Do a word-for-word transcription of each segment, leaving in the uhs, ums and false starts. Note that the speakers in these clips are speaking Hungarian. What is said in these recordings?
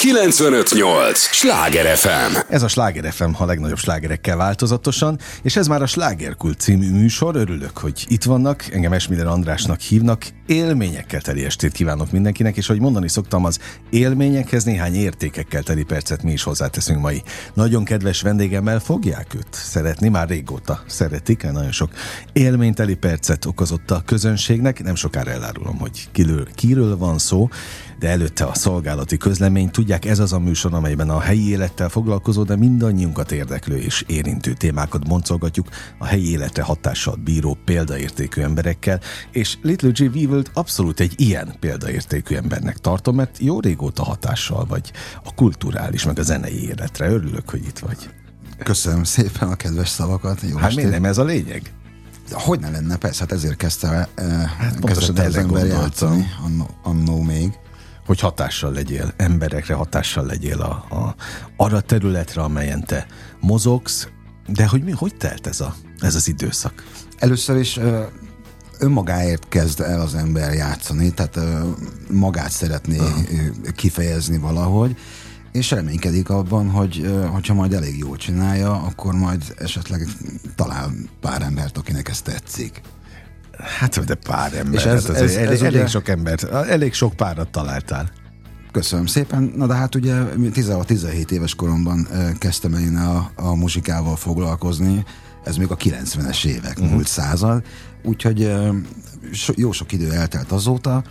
kilencvenöt nyolc Sláger ef em. Ez a Sláger ef em a legnagyobb slágerekkel változatosan, és ez már a Slágerkult című műsor. Örülök, hogy itt vannak, engem Esmiller Andrásnak hívnak. Élményekkel teli estét kívánok mindenkinek, és ahogy mondani szoktam, az élményekhez néhány értékekkel teli percet mi is hozzáteszünk mai. Nagyon kedves vendégemmel fogják őt szeretni, már régóta szeretik, nagyon sok élményteli percet okozott a közönségnek. Nem sokára elárulom, hogy kiről, kiről van szó, de előtte a szolgálati közlemény. Tudják, ez az a műsor, amelyben a helyi élettel foglalkozó, de mindannyiunkat érdeklő és érintő témákat boncolgatjuk a helyi életre hatással bíró példaértékű emberekkel, és Little G. Weevil-t abszolút egy ilyen példaértékű embernek tartom, mert jó régóta hatással vagy a kulturális, meg a zenei életre. Örülök, hogy itt vagy. Köszönöm szépen a kedves szavakat. Jó hát miért nem ez a lényeg? Hogy ne lenne, persze, hát ezért kezdte, hát kezdett az ember játszani annó, annó még. Hogy hatással legyél, emberekre hatással legyél a, a, arra területre, amelyen te mozogsz, de hogy mi, hogy telt ez, a, ez az időszak? Először is önmagáért kezd el az ember játszani, tehát magát szeretné uh-huh. kifejezni valahogy, és reménykedik abban, hogy hogyha majd elég jól csinálja, akkor majd esetleg talál pár embert, akinek ez tetszik. Hát, de pár ember. És ez, hát ez, elég, ez elég ugye... sok ember, elég sok párat találtál. Köszönöm szépen. Na de hát ugye tizenhat-tizenhét éves koromban kezdtem én a, a muzsikával foglalkozni, ez még a kilencvenes évek, uh-huh. múlt század, úgyhogy so, jó sok idő eltelt azóta,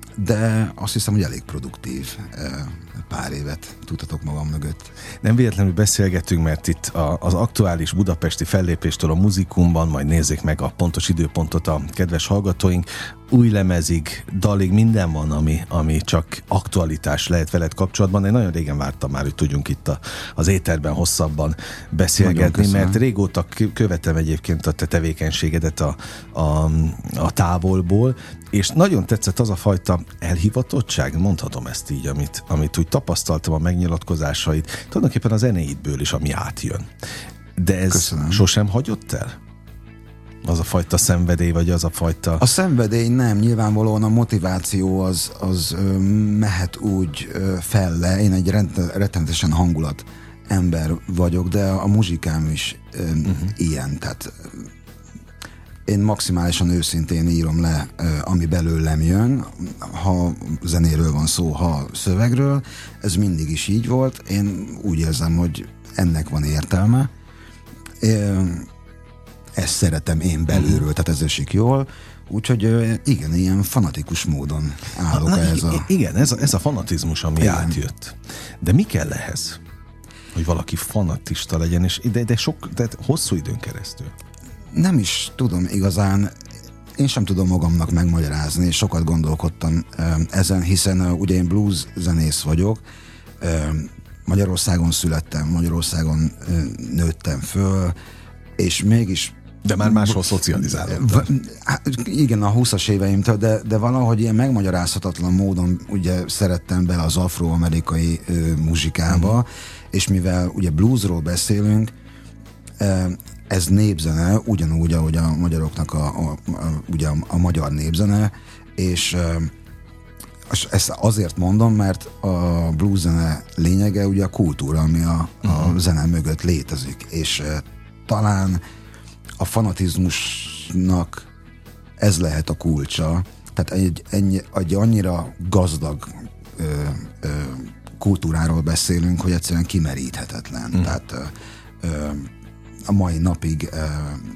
de azt hiszem, hogy elég produktív pár évet tudhatok magam mögött. Nem véletlenül beszélgetünk, mert itt a, az aktuális budapesti fellépéstől a Muzikumban, majd nézzék meg a pontos időpontot a kedves hallgatóink, új lemezig, dalig, minden van, ami, ami csak aktualitás lehet veled kapcsolatban. Én nagyon régen vártam már, hogy tudjunk itt a, az éterben hosszabban beszélgetni, mert régóta követem egyébként a te tevékenységedet a, a, a távolból, és nagyon tetszett az a fajta elhivatottság, mondhatom ezt így, amit, amit úgy tapasztaltam a megnyilatkozásait, tulajdonképpen a zenéidből is, ami átjön. De ez Köszönöm. Sosem hagyott el? Az a fajta szenvedély, vagy az a fajta... A szenvedély nem, nyilvánvalóan a motiváció az, az ö, mehet úgy ö, felle. Én egy rettenetesen hangulat ember vagyok, de a muzsikám is ö, uh-huh. ilyen, tehát ö, én maximálisan őszintén írom le, ö, ami belőlem jön, ha zenéről van szó, ha szövegről, ez mindig is így volt. Én úgy érzem, hogy ennek van értelme. Ö, Ezt szeretem én belülről, uh-huh. tehát ez esik jól. Úgyhogy igen, ilyen fanatikus módon állok Na, ez a... Igen, ez a, ez a fanatizmus, ami igen. átjött. De mi kell ehhez? Hogy valaki fanatista legyen, és de, de sok, de hosszú időn keresztül. Nem is tudom igazán, én sem tudom magamnak megmagyarázni, és sokat gondolkodtam ezen, hiszen ugye én blues zenész vagyok, Magyarországon születtem, Magyarországon nőttem föl, és mégis... De már máshol szocializálódtál. Igen, a húszas éveimtől, de, de valahogy ilyen megmagyarázhatatlan módon ugye szerettem bele az afroamerikai ö, muzsikába, uh-huh. és mivel ugye bluesról beszélünk, ez népzene, ugyanúgy, ahogy a magyaroknak a, a, a, ugye a, a magyar népzene, és ezt azért mondom, mert a blues zene lényege ugye a kultúra, ami a, uh-huh. a zene mögött létezik, és talán a fanatizmusnak ez lehet a kulcsa. Tehát egy, ennyi, egy annyira gazdag ö, ö, kultúráról beszélünk, hogy egyszerűen kimeríthetetlen. Mm. Tehát ö, ö, a mai napig ö,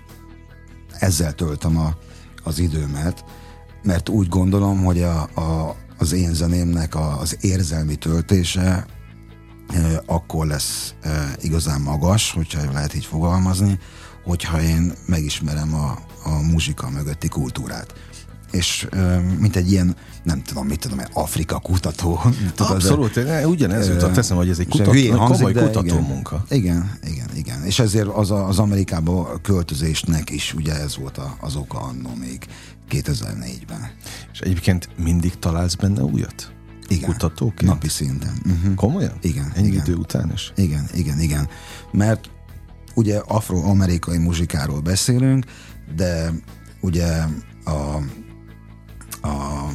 ezzel töltöm a, az időmet, mert úgy gondolom, hogy a, a, az én zenémnek a, az érzelmi töltése ö, akkor lesz ö, igazán magas, hogyha lehet így fogalmazni, hogyha én megismerem a, a muzsika mögötti kultúrát. És mint egy ilyen, nem tudom, mit tudom, Afrika kutató. Abszolút, de, ugyanez jutott eszem, hogy ez egy kutató, hangzik, komoly kutató igen, munka. Igen, igen, igen. És ezért az, a, az Amerikába költözésnek is ugye ez volt a, az oka annó még kétezer-négyben. És egyébként mindig találsz benne újat? Igen, kutatóként? Napi szinten. Uh-huh. Komolyan? Igen. Ennyi igen. idő után is? Igen, igen, igen. Mert ugye afro-amerikai muzsikáról beszélünk, de ugye a, a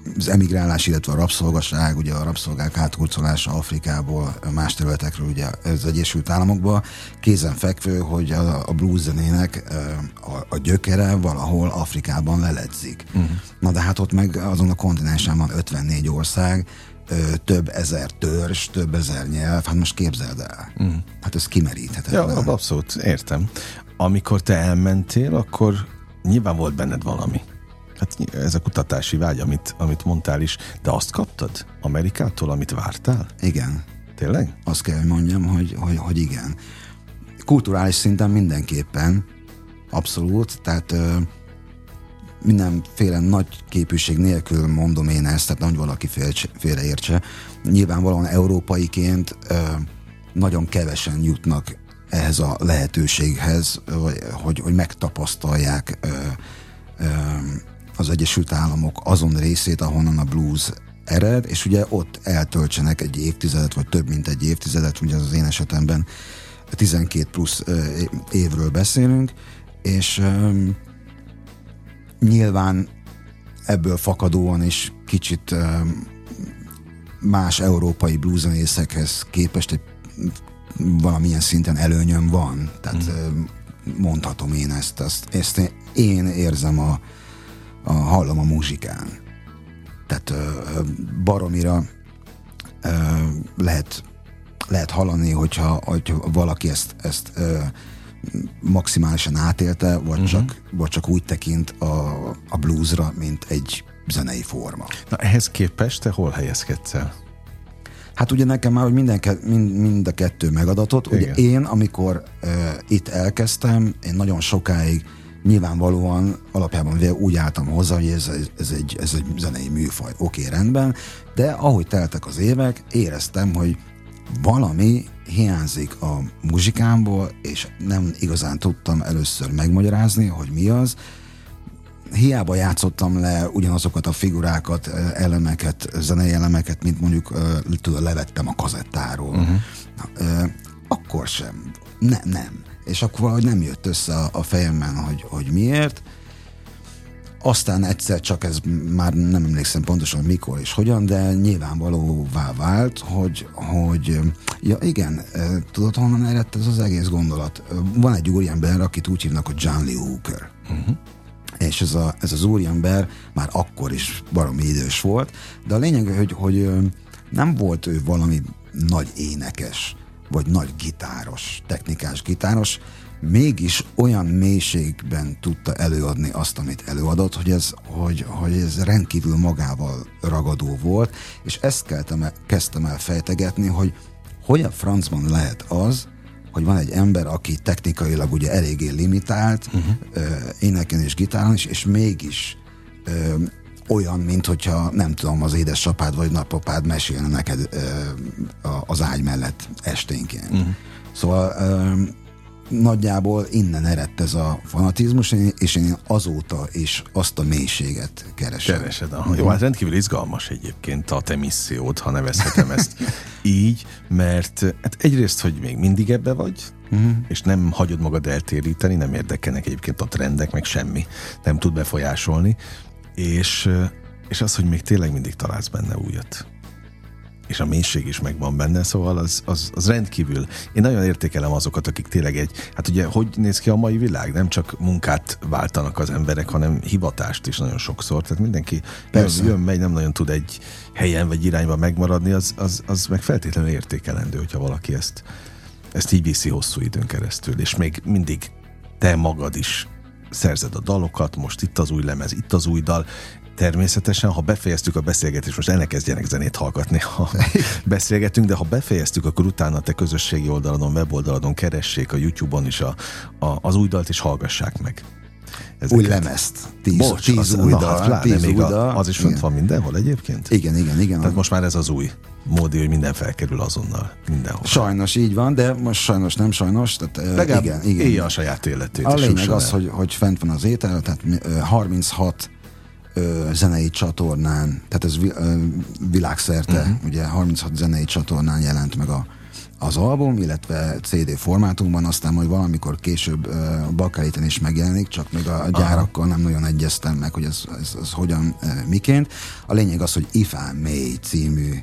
az emigrálás, illetve a rabszolgaság, ugye a rabszolgák áthurcolása Afrikából, más területekről ugye az Egyesült Államokba, kézenfekvő, hogy a, a blues zenének a, a gyökere valahol Afrikában leledzik. Uh-huh. Na de hát ott meg azon a kontinensen van ötvennégy ország, több ezer törzs, több ezer nyelv, hát most képzeld el. Uh-huh. Hát ez kimeríthetetlen. Ja, abszolút, értem. Amikor te elmentél, akkor nyilván volt benned valami. Hát ez a kutatási vágy, amit, amit mondtál is, de azt kaptad Amerikától, amit vártál? Igen. Tényleg? Azt kell, hogy mondjam, hogy, hogy, hogy igen. Kulturális szinten mindenképpen, abszolút, tehát ö, mindenféle nagy képűség nélkül mondom én ezt, tehát nagy valaki fél, félreértse. Nyilvánvalóan európaiként ö, nagyon kevesen jutnak ehhez a lehetőséghez, hogy, hogy megtapasztalják ö, ö, az Egyesült Államok azon részét, ahonnan a blues ered, és ugye ott eltöltsenek egy évtizedet, vagy több mint egy évtizedet, ugye az én esetemben tizenkét plusz évről beszélünk, és um, nyilván ebből fakadóan is kicsit um, más európai blueszenészekhez képest egy valamilyen szinten előnyöm van, tehát mm. mondhatom én ezt, ezt, ezt én érzem a A, hallom a muzsikán. Tehát ö, baromira ö, lehet, lehet hallani, hogyha, hogyha valaki ezt, ezt ö, maximálisan átélte, vagy, uh-huh. csak, vagy csak úgy tekint a, a bluesra, mint egy zenei forma. Na ehhez képest te hol helyezkedsz el? Hát ugye nekem már hogy minden, mind, mind a kettő megadatott. Ugye én, amikor ö, itt elkezdtem, én nagyon sokáig nyilvánvalóan alapjában úgy álltam hozzá, hogy ez, ez, egy, ez egy zenei műfaj. Oké, okay, rendben, de ahogy teltek az évek, éreztem, hogy valami hiányzik a muzsikámból, és nem igazán tudtam először megmagyarázni, hogy mi az. Hiába játszottam le ugyanazokat a figurákat, elemeket, zenei elemeket, mint mondjuk tudod, levettem a kazettáról. Uh-huh. Akkor sem. Ne, nem. És akkor valahogy nem jött össze a, a fejemben, hogy, hogy miért. Aztán egyszer csak ez már nem emlékszem pontosan mikor és hogyan, de nyilvánvalóvá vált, hogy, hogy ja igen, tudod, honnan eredt ez az egész gondolat? Van egy úriember, akit úgy hívnak, hogy John Lee Hooker. Uh-huh. És ez, a, ez az úriember már akkor is baromi idős volt, de a lényeg, hogy, hogy nem volt ő valami nagy énekes, vagy nagy gitáros, technikás gitáros, mégis olyan mélységben tudta előadni azt, amit előadott, hogy ez, hogy, hogy ez rendkívül magával ragadó volt, és ezt keltem el, kezdtem el fejtegetni, hogy hogy a francban lehet az, hogy van egy ember, aki technikailag ugye eléggé limitált, uh-huh. ö, éneken és gitáron is, és mégis ö, olyan, mint hogyha nem tudom, az édesapád vagy nagypapád mesélne neked ö, az ágy mellett esténként. Uh-huh. Szóval ö, nagyjából innen eredt ez a fanatizmus, és én azóta is azt a mélységet keresem. Keresed, aha. Jó, hát rendkívül izgalmas egyébként a te missziód, ha nevezhetem ezt így, mert hát egyrészt, hogy még mindig ebbe vagy, uh-huh. és nem hagyod magad eltéríteni, nem érdekelnek egyébként a trendek, meg semmi, nem tud befolyásolni, és, és az, hogy még tényleg mindig találsz benne újat. És a mélység is megvan benne, szóval az, az, az rendkívül. Én nagyon értékelem azokat, akik tényleg egy, hát ugye, hogy néz ki a mai világ? Nem csak munkát váltanak az emberek, hanem hivatást is nagyon sokszor. Tehát mindenki jön, jön, megy, nem nagyon tud egy helyen vagy irányba megmaradni, az, az, az meg feltétlenül értékelendő, hogyha valaki ezt, ezt így viszi hosszú időn keresztül. És még mindig te magad is szerzed a dalokat, most itt az új lemez, itt az új dal. Természetesen, ha befejeztük a beszélgetést, most el ne kezdjenek zenét hallgatni, ha beszélgetünk, de ha befejeztük, akkor utána te közösségi oldaladon, weboldaladon keressék, a YouTube-on is a, a, az új dalt, és hallgassák meg. Ezeket. Új lemezt. Tíz, Bocs, tíz az, új na, dal. hát Tíz még új a, dal. az is fönt van mindenhol egyébként? Igen, igen, igen. Tehát most már ez az új módi, hogy minden felkerül azonnal, mindenhol. Sajnos így van, de most sajnos nem sajnos. Tehát, legalább igen, igen. élje a saját életét. A lényeg az, hogy, hogy fent van az étel, tehát harminchat ö, zenei csatornán, tehát ez vi, ö, világszerte, uh-huh. ugye harminchat zenei csatornán jelent meg a, az album, illetve cé dé formátumban, aztán majd valamikor később ö, Bakeliten is megjelenik, csak még a gyárakkal nem nagyon egyeztem meg, hogy ez, ez, ez hogyan, ö, miként. A lényeg az, hogy If I May című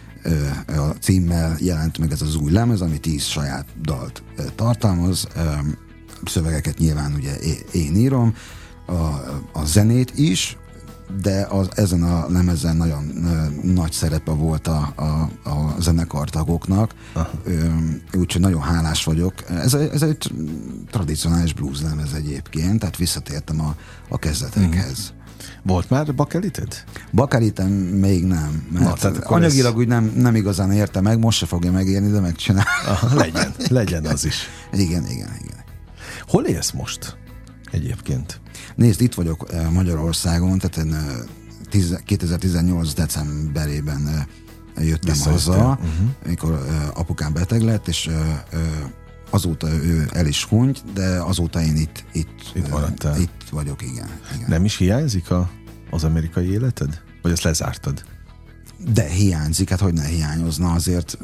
ö, a címmel jelent meg ez az új lemez, ami tíz saját dalt ö, tartalmaz, ö, szövegeket nyilván ugye én írom, a, a zenét is, de az, ezen a lemezen nagyon ö, nagy szerepe volt a, a, a zenekartagoknak, úgyhogy nagyon hálás vagyok. Ez, ez egy tradicionális blues lemez egyébként, tehát visszatértem a, a kezdetekhez. Mm. Volt már bakelited? Bakelitem még nem, mert Na, anyagilag ez... úgy nem, nem igazán érte meg, most se fogja megérni, de megcsinál. Aha, legyen, legyen az is. Igen, igen, igen. Hol élsz most egyébként? Nézd, itt vagyok Magyarországon, tehát én kétezer-tizennyolc decemberében jöttem haza, uh-huh. amikor apukám beteg lett, és azóta ő el is hunyt, de azóta én itt, itt, itt, uh, itt vagyok, igen, igen. Nem is hiányzik a, az amerikai életed? Vagy ezt lezártad? De hiányzik, hát hogy ne hiányozna, azért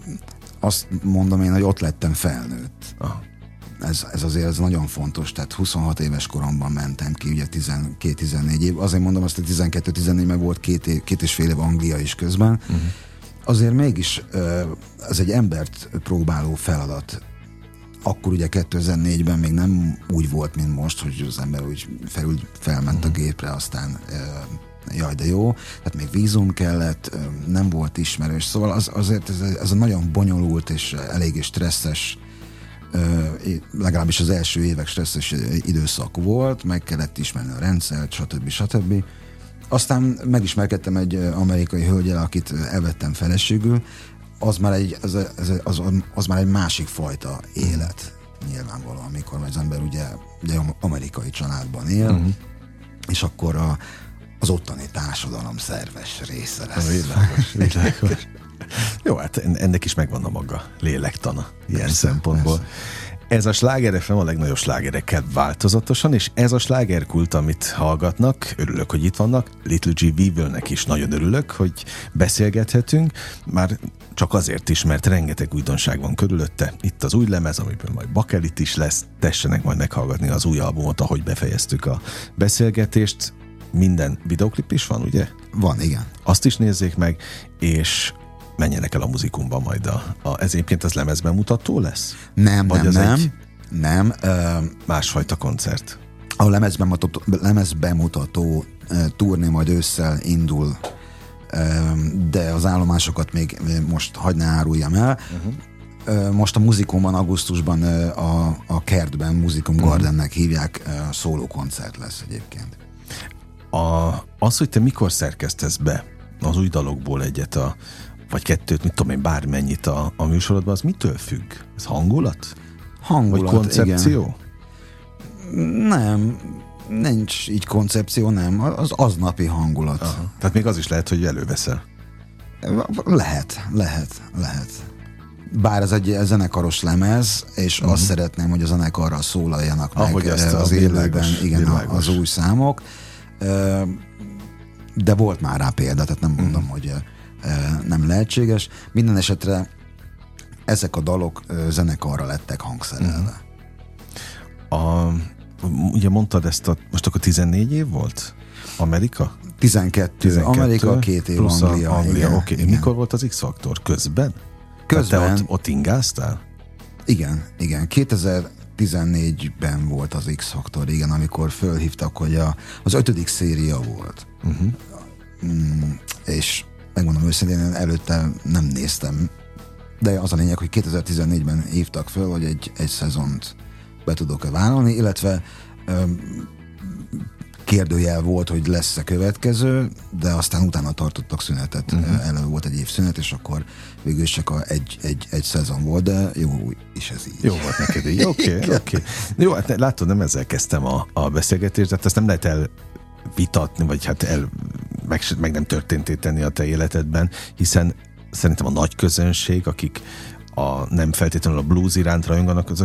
azt mondom én, hogy ott lettem felnőtt. Aha. Ez, ez azért ez nagyon fontos, tehát huszonhat éves koromban mentem ki, ugye tizenkét-tizennégy év, azért mondom azt, hogy tizenkettő-tizennégy, mert volt két, év, két és fél év Anglia is közben, uh-huh. azért mégis ez egy embert próbáló feladat. Akkor ugye kétezer-négyben még nem úgy volt, mint most, hogy az ember úgy felül, felment uh-huh. a gépre, aztán jaj, de jó, tehát még vízum kellett, nem volt ismerős, szóval az, azért ez, ez a nagyon bonyolult és eléggé stresszes, legalábbis az első évek stresszes időszak volt, meg kellett ismerni a rendszert, stb. stb. Aztán megismerkedtem egy amerikai hölgyel, akit elvettem feleségül, az már egy, az, az, az, az már egy másik fajta élet, nyilvánvalóan, amikor az ember ugye, ugye amerikai családban él, uh-huh. és akkor a, az ottani társadalom szerves része lesz. Világos, világos. Jó, hát ennek is megvan a maga lélektana ilyen persze, szempontból. Persze. Ez a Sláger ef em a legnagyobb slágerekkel változatosan, és ez a slágerkult, amit hallgatnak, örülök, hogy itt vannak. Little G. Weevil-nek is nagyon örülök, hogy beszélgethetünk, már csak azért is, mert rengeteg újdonság van körülötte. Itt az új lemez, amiből majd bakelit is lesz, tessenek majd meghallgatni az új albumot, ahogy befejeztük a beszélgetést. Minden videoklip is van, ugye? Van, igen. Azt is nézzék meg, és menjenek el a Muzikumba majd a, a ez egyébként az lemezbemutató lesz? Nem, Vagy nem, nem. Egy nem. Uh, másfajta koncert. A lemezbemutató, lemezbemutató uh, turné majd ősszel indul, uh, de az állomásokat még most hagyd ne áruljam el. Uh-huh. Uh, most a Muzikumban, augusztusban uh, a, a kertben, Muzikum uh-huh. Gardennek hívják, uh, szóló koncert lesz egyébként. A, az, hogy te mikor szerkesztesz be az új dalokból egyet a vagy kettőt, mit tudom én, bármennyit a, a műsorodban, az mitől függ? Ez hangulat? Hangulat, vagy koncepció? Igen. Nem, nincs így koncepció, nem. Az aznapi hangulat. Aha. Tehát még az is lehet, hogy előveszel? Lehet, lehet, lehet. Bár ez egy zenekaros lemez, és uh-huh. azt szeretném, hogy a zenekarral szólaljanak meg ahogy az, az élőben, igen, világos. Az új számok. De volt már rá példa, tehát nem mondom, uh-huh. hogy nem lehetséges. Minden esetre ezek a dalok zenekarra lettek hangszerelve. A, ugye mondtad ezt, a, most akkor tizennégy év volt? Amerika? tizenkettő, tizenkettő Amerika, két év Anglia. Anglia. Oké, okay. Mikor volt az X-faktor? Közben? Közben. Te ott, ott ingáztál? Igen, igen. kétezer-tizennégyben volt az X-faktor, igen, amikor fölhívtak, hogy a, az ötödik széria volt. Uh-huh. Mm, és megmondom őszintén, én előtte nem néztem, de az a lényeg, hogy kétezer-tizennégyben hívtak föl, hogy egy, egy szezont be tudok-e vállalni, illetve öm, kérdőjel volt, hogy lesz-e következő, de aztán utána tartottak szünetet, uh-huh. elő volt egy év szünet, és akkor végül is csak a egy, egy, egy szezon volt, de jó is ez így. Jó volt neked így, oké, oké. Okay. Jó, hát látod, nem ezzel kezdtem a, a beszélgetést, tehát ezt nem lehet elvitatni, vagy hát el meg, meg nem történté tenni a te életedben, hiszen szerintem a nagy közönség, akik a, nem feltétlenül a blues iránt rajonganak, azok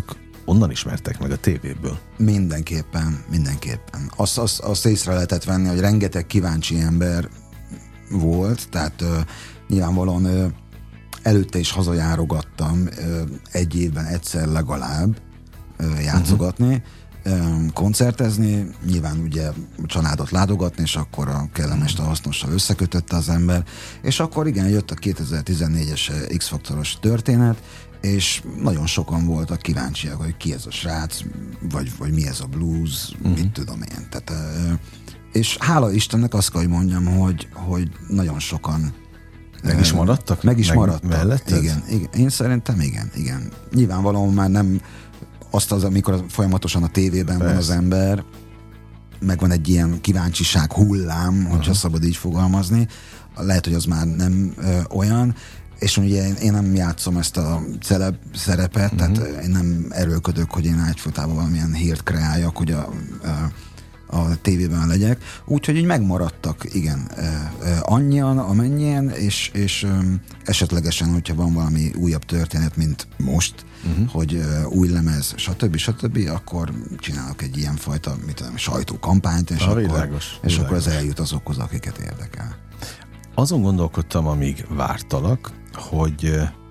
onnan ismertek meg a tévéből. Mindenképpen, mindenképpen. Azt, azt, azt észre lehetett venni, hogy rengeteg kíváncsi ember volt, tehát uh, nyilvánvalóan uh, előtte is hazajárogattam uh, egy évben egyszer legalább uh, játszogatni, uh-huh. koncertezni, nyilván ugye családot látogatni, és akkor a kellemest a hasznossal összekötötte az ember, és akkor igen, jött a kétezer-tizennégyes X-faktoros történet, és nagyon sokan voltak kíváncsiak, hogy ki ez a srác, vagy, vagy mi ez a blues, uh-huh. mit tudom én. Tehát, és hála Istennek azt kell, hogy mondjam, hogy, hogy nagyon sokan meg is maradtak? Meg is meg maradtak. Melletted? Igen, igen. Én szerintem igen, igen. Nyilvánvalóan már nem azt az, amikor folyamatosan a tévében Persze. van az ember, meg van egy ilyen kíváncsiság hullám, hogyha uh-huh. szabad így fogalmazni. Lehet, hogy az már nem ö, olyan, és ugye én nem játszom ezt a celeb szerepet, uh-huh. tehát én nem erőlködök, hogy én egyfolytában valamilyen hírt kreáljak, hogy a, a, a tévében legyek. Úgyhogy így megmaradtak, igen, annyian, amennyien, és, és esetlegesen, hogyha van valami újabb történet, mint most, uh-huh. hogy új lemez, stb. stb., akkor csinálok egy ilyen fajta, mit tudom, sajtókampányt, és, ah, akkor, világos, és világos. akkor az eljut azokhoz, akiket érdekel. Azon gondolkodtam, amíg vártalak, hogy,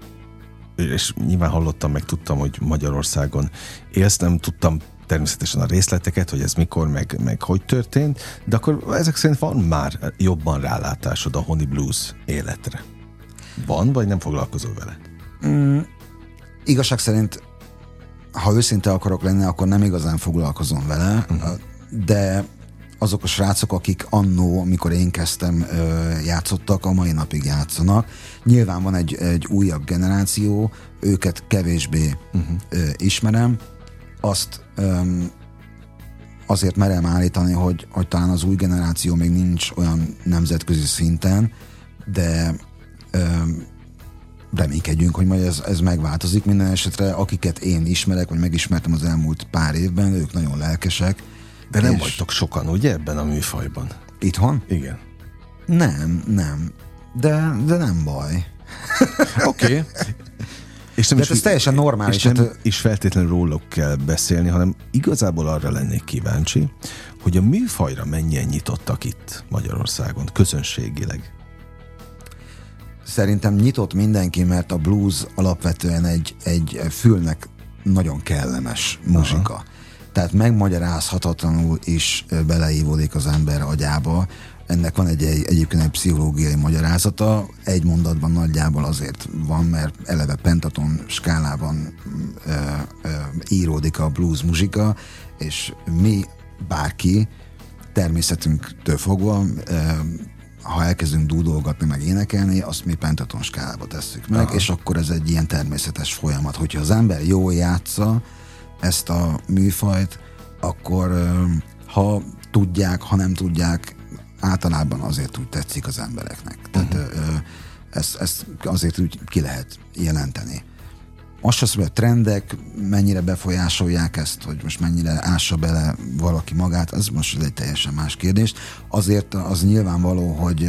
és nyilván hallottam, meg tudtam, hogy Magyarországon élsz, nem tudtam természetesen a részleteket, hogy ez mikor, meg, meg hogy történt, de akkor ezek szerint van már jobban rálátásod a Honey Blues életre. Van, vagy nem foglalkozol vele? Mm, igazság szerint, ha őszinte akarok lenni, akkor nem igazán foglalkozom vele, uh-huh. de azok a srácok, akik annó, amikor én kezdtem, játszottak, a mai napig játszanak. Nyilván van egy, egy újabb generáció, őket kevésbé uh-huh. ismerem. Azt um, azért merem állítani, hogy, hogy talán az új generáció még nincs olyan nemzetközi szinten, de um, reménykedjünk, hogy majd ez, ez megváltozik. Minden esetre, akiket én ismerek, vagy megismertem az elmúlt pár évben, ők nagyon lelkesek. De nem vagytok sokan, ugye, ebben a műfajban? Itthon? Igen. Nem, nem. De, de nem baj. Oké. Okay. És nem de is, ez teljesen normális. És nem hát, is feltétlenül róluk kell beszélni, hanem igazából arra lennék kíváncsi, hogy a műfajra mennyien nyitottak itt Magyarországon, közönségileg. Szerintem nyitott mindenki, mert a blues alapvetően egy, egy fülnek nagyon kellemes muzsika. Aha. Tehát megmagyarázhatatlanul is beleívódik az ember agyába. Ennek van egy, egy, egyébként egy pszichológiai magyarázata. Egy mondatban nagyjából azért van, mert eleve pentaton skálában ö, ö, íródik a blues muzsika, és mi, bárki, természetünktől fogva, ö, ha elkezdünk dúdolgatni, meg énekelni, azt mi pentaton skálába tesszük meg, aha. és akkor ez egy ilyen természetes folyamat. Hogyha az ember jól játsza ezt a műfajt, akkor ha tudják, ha nem tudják, általában azért úgy tetszik az embereknek. Tehát uh-huh. ezt, ezt azért úgy ki lehet jelenteni. Azt sem, hogy a trendek mennyire befolyásolják ezt, hogy most mennyire ássa bele valaki magát, az most egy teljesen más kérdés. Azért az nyilvánvaló, hogy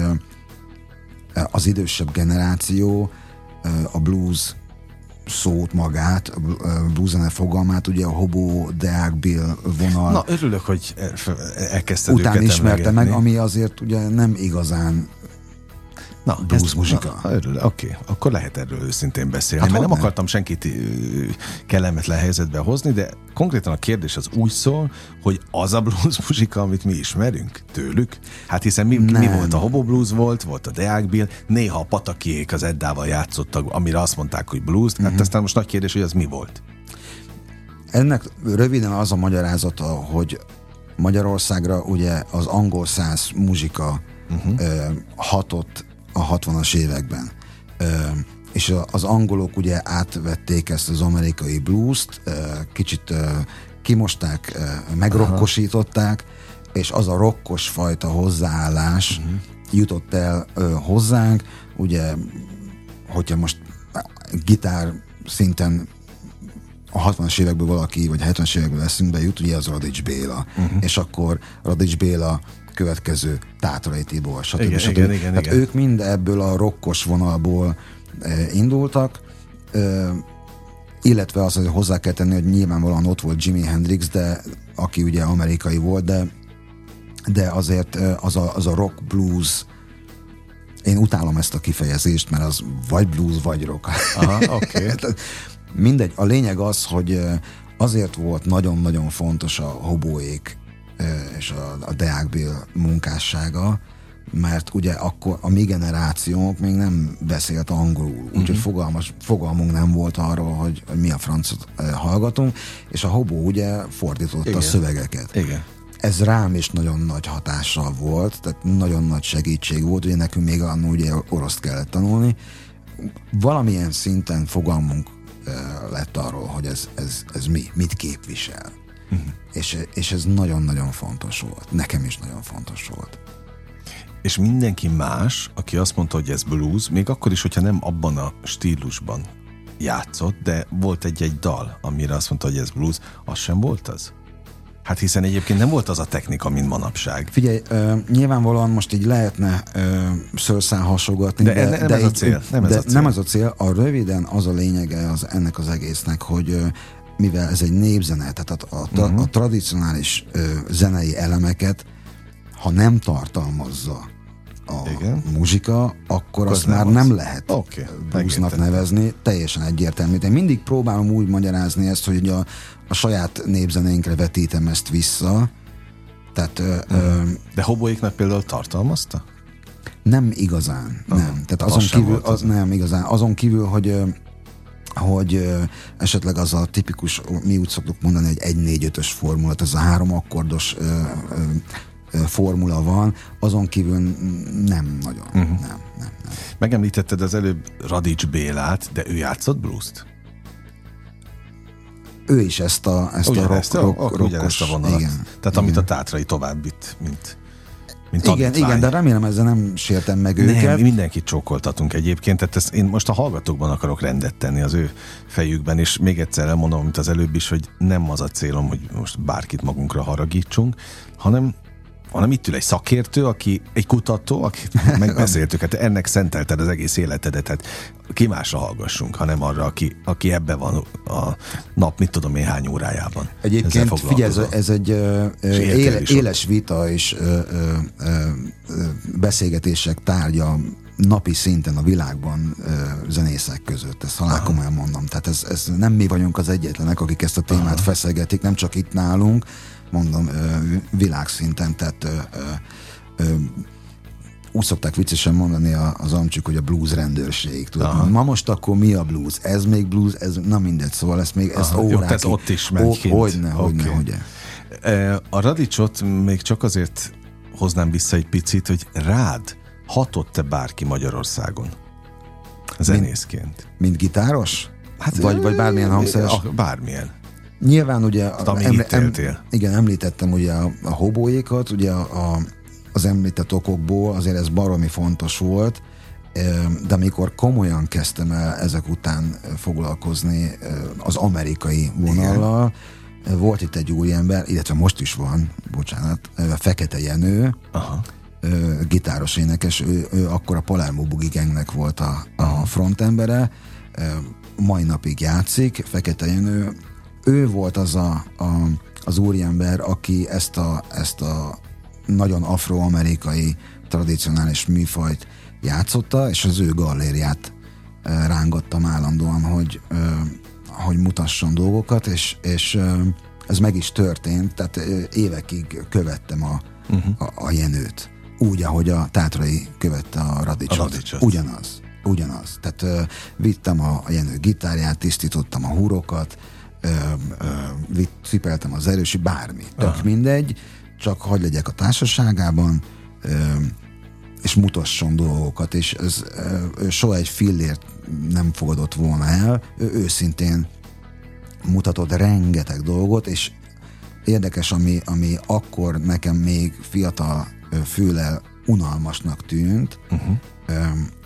az idősebb generáció a blues szót magát, a blues-zene fogalmát, ugye a Hobo, Deák Bill vonal. Na, örülök, hogy elkezdted után őket ismerte meg, ami azért ugye nem igazán na, blues muzsika. Oké, okay, akkor lehet erről őszintén beszélni. Hát mert nem, nem akartam senkit kellemetlen helyzetbe hozni, de konkrétan a kérdés az úgy szól, hogy az a blues muzsika, amit mi ismerünk tőlük. Hát hiszen mi, mi volt a Hobo Blues volt, volt a Deák Bill, néha a Patakiék az Eddával játszottak, amire azt mondták, hogy blues, hát uh-huh. aztán most nagy kérdés, hogy az mi volt. Ennek röviden az a magyarázata, hogy Magyarországra ugye az angol száz muzsika uh-huh. ö, hatott a hatvanas években. Ö, és az angolok ugye átvették ezt az amerikai blues-t, ö, kicsit ö, kimosták, ö, megrokkosították, és az a rokkos fajta hozzáállás uh-huh. jutott el ö, hozzánk. Ugye, hogyha most gitár szinten a hatvanas évekből valaki, vagy hetvenes évekből eszünkbe jut, ugye az Radics Béla. Uh-huh. És akkor Radics Béla következő Tátrai Tibor, stb. Igen, stb. igen, igen, Tehát igen. ők mind ebből a rokkos vonalból e, indultak. E, illetve az, hogy hozzá kell tenni, hogy nyilvánvalóan ott volt Jimi Hendrix, de aki ugye amerikai volt, de, de azért az a, az a rock blues, én utálom ezt a kifejezést, mert az vagy blues, vagy rock. Aha, oké. Okay. Mindegy, a lényeg az, hogy azért volt nagyon-nagyon fontos a Hoboék és a, a Deák Bill munkássága, mert ugye akkor a mi generációnk még nem beszélt angolul, úgyhogy uh-huh. fogalmas, fogalmunk nem volt arról, hogy, hogy mi a francot hallgatunk, és a Hobó ugye fordította Igen. a szövegeket. Igen. Ez rám is nagyon nagy hatással volt, tehát nagyon nagy segítség volt, ugye nekünk még annól ugye oroszt kellett tanulni. Valamilyen szinten fogalmunk uh, lett arról, hogy ez, ez, ez mi, mit képvisel. Uh-huh. És, és ez nagyon-nagyon fontos volt. Nekem is nagyon fontos volt. És mindenki más, aki azt mondta, hogy ez blues, még akkor is, hogyha nem abban a stílusban játszott, de volt egy-egy dal, amire azt mondta, hogy ez blues, az sem volt az? Hát hiszen egyébként nem volt az a technika, mint manapság. Figyelj, uh, nyilvánvalóan most így lehetne uh, szőrszál hasogatni, de, de, de, nem, de ez így, a cél, nem, de ez a cél. nem ez a cél. A röviden az a lényege az, ennek az egésznek, hogy uh, mivel ez egy népzene, tehát a, a, uh-huh. a tradicionális uh, zenei elemeket, ha nem tartalmazza a Igen. muzsika, akkor azt már az. nem lehet okay. bluesnak nevezni, teljesen egyértelmű. Én mindig próbálom úgy magyarázni ezt, hogy a, a saját népzenénkre vetítem ezt vissza. Tehát, hmm. ö, De Hoboéknak például tartalmazta? Nem igazán, ah, nem. Tehát azon kívül, az, nem igazán. Azon kívül, hogy hogy esetleg az a tipikus, mi úgy szoktuk mondani, hogy egy négy ötös formula, ez a három akkordos ö, ö, formula van, azon kívül nem nagyon. Uh-huh. Nem, nem, nem. Megemlítetted az előbb Radics Bélát, de ő játszott blues-t? Ő is ezt a, ezt a rock, rock, rock, rockos, a vonalat. Igen, Tehát igen. amit a Tátrai továbbít, mint, mint igen, tanítvány. Igen, de remélem ezzel nem sértem meg nem, őket. Mi mindenkit csókoltatunk egyébként, tehát ezt én most a hallgatókban akarok rendet tenni az ő fejükben, és még egyszer elmondom, mint az előbb is, hogy nem az a célom, hogy most bárkit magunkra haragítsunk, hanem hanem itt ül egy szakértő, aki egy kutató, akit megbeszéltük, hát ennek szentelted az egész életedet, hát ki másra hallgassunk, hanem arra, aki, aki ebbe van a nap, mit tudom én hány órájában. Egyébként figyelj, ez, ez egy ö, éle, éles vita és ö, ö, ö, beszélgetések tárgya napi szinten a világban ö, zenészek között, ezt halál komolyan mondom. Tehát ez, ez nem mi vagyunk az egyetlenek, akik ezt a témát Aha. feszegetik, nem csak itt nálunk, mondom, világszinten, tehát ö, ö, ö, úgy szokták viccesen mondani az amcsik, hogy a blues rendőrség. Tudod? Ma most akkor mi a blues? Ez még blues? Ez, na mindegy, szóval ezt még ezt órákig. Ez ott is megy kint. Hogyne, hogyne, hogyne. A Radicsot még csak azért hoznám vissza egy picit, hogy rád hatott-e bárki Magyarországon zenészként? Mint, mint gitáros? Hát, vagy, vagy bármilyen hangszeres? Bármilyen. Nyilván ugye eml- em, igen, említettem ugye a, a Hobóékat, ugye a, a, az említett okokból azért ez baromi fontos volt, de amikor komolyan kezdtem el ezek után foglalkozni az amerikai vonallal, igen. volt itt egy úriember, illetve most is van, bocsánat, Fekete Jenő, Aha. gitáros énekes, ő, ő akkor a Palermo Boogie Gangnek volt a, a frontembere, mai napig játszik, Fekete Jenő. Ő volt az a, a, az úriember, aki ezt a, ezt a nagyon afroamerikai tradicionális műfajt játszotta, és az ő gallériát e, rángattam állandóan, hogy, e, hogy mutasson dolgokat, és, és e, ez meg is történt, tehát e, évekig követtem a, uh-huh. a, a Jenőt. Úgy, ahogy a Tátrai követte a Radicsot. A Radicsot. Ugyanaz. Ugyanaz. Tehát e, vittem a, a Jenő gitárját, tisztítottam a húrokat, Ö, ö, vitt, cipeltem az erősi, bármi, tök Aha. mindegy, csak hadd legyek a társaságában, ö, és mutasson dolgokat, és ez ö, soha egy fillért nem fogadott volna el, ő őszintén mutatott rengeteg dolgot, és érdekes, ami, ami akkor nekem még fiatal füllel unalmasnak tűnt, uh-huh. ö,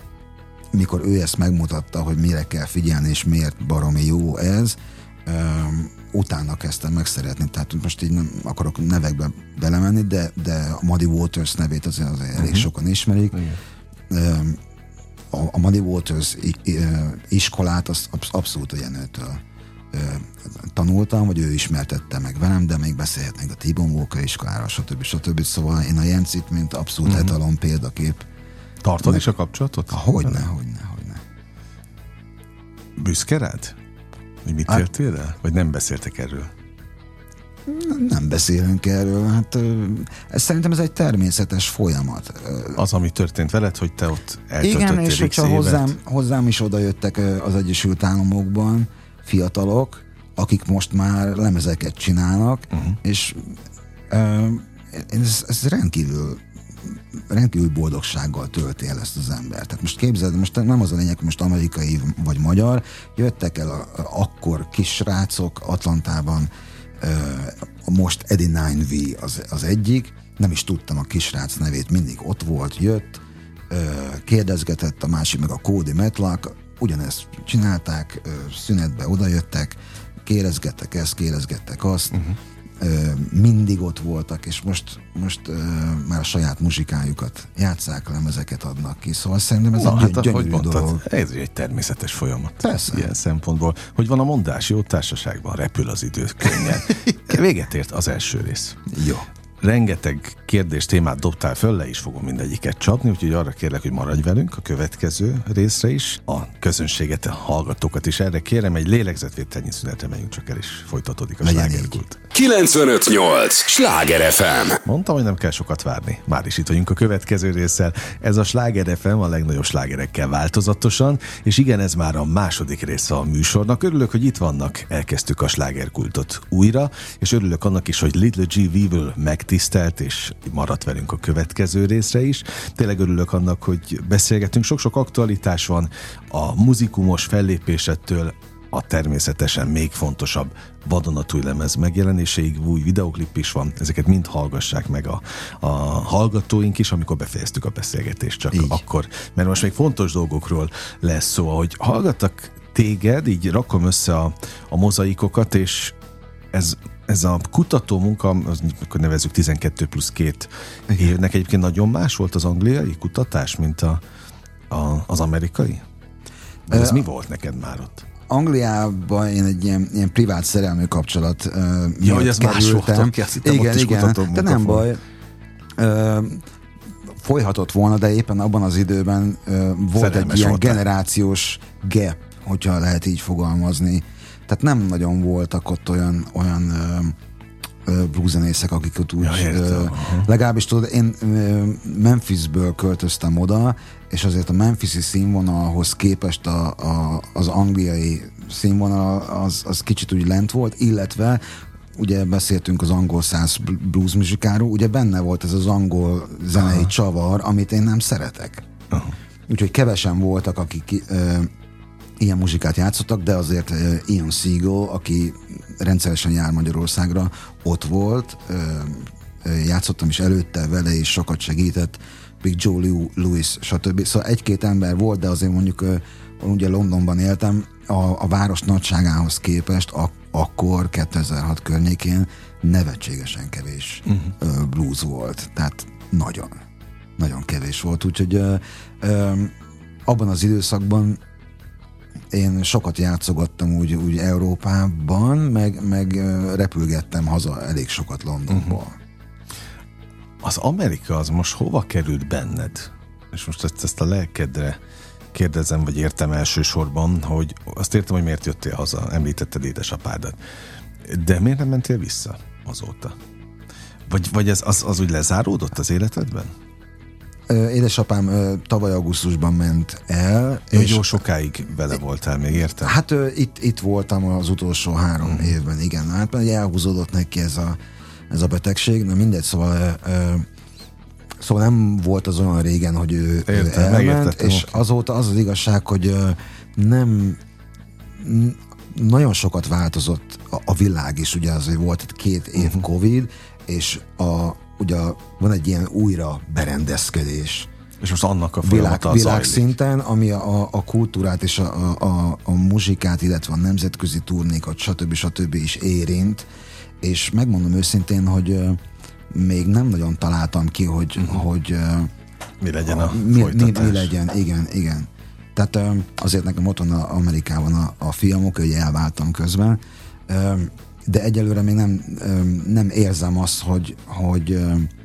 mikor ő ezt megmutatta, hogy mire kell figyelni, és miért baromi jó ez, Um, utána kezdtem megszeretni, tehát most így nem akarok nevekbe belemenni, de, de a Muddy Waters nevét azért, azért uh-huh. elég sokan ismerik. Um, a, a Muddy Waters i, i, iskolát az absz- abszolút a Jenőtől tanultam, vagy ő ismertette meg velem, de még beszélhetnénk a T-Bone Walker iskolára, stb. stb. Szóval én a Jencit, mint abszolút uh-huh. etalon példakép. Tartod is a kapcsolatot? Hogyne, hogyne, hogyne. Büszke rád? Hogy mit értél el? Vagy nem beszéltek erről? Nem beszélünk erről, hát ez, szerintem ez egy természetes folyamat. Az, ami történt veled, hogy te ott eltöltöttél. Igen, és hogyha hozzám, hozzám is odajöttek az Egyesült Államokban fiatalok, akik most már lemezeket csinálnak, uh-huh. és ez, ez rendkívül rendkívül boldogsággal tölti el ezt az embert. Tehát most képzeld, most nem az a lényeg, hogy most amerikai vagy magyar, jöttek el a, a, akkor kis srácok Atlantában, uh, most Eddie nine V az, az egyik, nem is tudtam a kisrác nevét, mindig ott volt, jött, uh, kérdezgetett, a másik meg a Cody Matlock, ugyanezt csinálták, uh, szünetbe odajöttek, kérdezgettek ezt, kérdezgettek azt, uh-huh. mindig ott voltak, és most, most uh, már a saját muzsikájukat játsszák, lemezeket adnak ki, szóval szerintem ez Na, egy hát, gyönyörű mondtad, dolog. Ez egy természetes folyamat. Persze. Ilyen szempontból. Hogy van a mondás, jó társaságban repül az idő könnyen. Véget ért az első rész. Jó. Rengeteg kérdés, témát dobtál föl, le is fogom mindegyiket csapni, úgyhogy arra kérlek, hogy maradj velünk a következő részre is. A közönséget, a hallgatókat is erre kérem, egy lélegzetvételnyi szünetre megyünk csak el, és folytatódik a slágerkult. kilencvenöt nyolc Sláger ef em. Mondtam, hogy nem kell sokat várni. Már is itt vagyunk a következő résszel. Ez a Sláger ef em a legnagyobb slágerekkel változatosan, és igen, ez már a második része a műsornak. Örülök, hogy itt vannak. Elkezdtük a slágerkultot újra, és örülök annak is, hogy Little G. Weevil megtisztelt, és maradt velünk a következő részre is. Tényleg örülök annak, hogy beszélgetünk. Sok-sok aktualitás van a muzikumos fellépésettől a természetesen még fontosabb vadonatúj lemez megjelenéséig, új videoklip is van, ezeket mind hallgassák meg a, a hallgatóink is, amikor befejeztük a beszélgetést, csak így. Akkor, mert most még fontos dolgokról lesz szó, ahogy hallgattak téged, így rakom össze a, a mozaikokat, és ez, ez a kutató munka, az, akkor nevezzük tizenkettő plusz két évnek, egyébként nagyon más volt az angliai kutatás, mint a, a, az amerikai? De ez uh, mi volt neked már ott? Angliában én egy ilyen, ilyen privát szerelmű kapcsolat uh, ja, hogy ez más volt, igen, igen, de nem baj. Uh, folyhatott volna, de éppen abban az időben uh, volt Szerelmes egy ilyen voltál. Generációs gap, hogyha lehet így fogalmazni. Tehát nem nagyon voltak ott olyan, olyan uh, uh, blueszenészek, akik ott úgy... Ja, uh, legalábbis tudod, én uh, Memphisből költöztem oda, és azért a memphisi színvonalhoz képest a, a, az angliai színvonal az, az kicsit úgy lent volt, illetve ugye beszéltünk az angol száz blues muzsikáról, ugye benne volt ez az angol zenei Aha. csavar, amit én nem szeretek. Aha. Úgyhogy kevesen voltak, akik uh, ilyen muzsikát játszottak, de azért uh, Ian Seagal, aki rendszeresen jár Magyarországra, ott volt, uh, uh, játszottam is előtte vele, és sokat segített, Big Joe Louis, stb. Szóval egy-két ember volt, de azért mondjuk uh, ugye Londonban éltem, a, a város nagyságához képest a, akkor kétezer-hat környékén nevetségesen kevés uh-huh. uh, blues volt. Tehát nagyon, nagyon kevés volt. Úgyhogy uh, uh, abban az időszakban én sokat játszogattam úgy, úgy Európában, meg, meg uh, repülgettem haza elég sokat Londonból. Uh-huh. Az Amerika az most hova került benned? És most ezt, ezt a lelkedre kérdezem, vagy értem elsősorban, hogy azt értem, hogy miért jöttél haza, említetted édesapádat. De miért nem mentél vissza azóta? Vagy, vagy ez az, az úgy lezáródott az életedben? Édesapám tavaly augusztusban ment el. Jó, és jó sokáig vele voltál még, értem? Hát itt, itt voltam az utolsó három hmm. évben, igen. Hát mert elhúzódott neki ez a, ez a betegség, na mindegy, szóval Szóval nem volt az olyan régen, hogy ő, Értem, ő elment, és okay. azóta az az igazság, hogy nem nagyon sokat változott a, a világ is, ugye azért volt itt két év uh-huh. Covid, és a, ugye van egy ilyen újra berendezkedés. És most annak a folyamata világ, világszinten, ami a, a kultúrát és a, a, a muzsikát, illetve a nemzetközi turnékat, stb. stb. Is érint, és megmondom őszintén, hogy még nem nagyon találtam ki, hogy, uh-huh. hogy mi legyen a mi, folytatás. Mi, mi legyen, igen, igen. Tehát azért nekem ott van a, Amerikában a, a fiamok, hogy elváltam közben, de egyelőre még nem, nem érzem azt, hogy, hogy,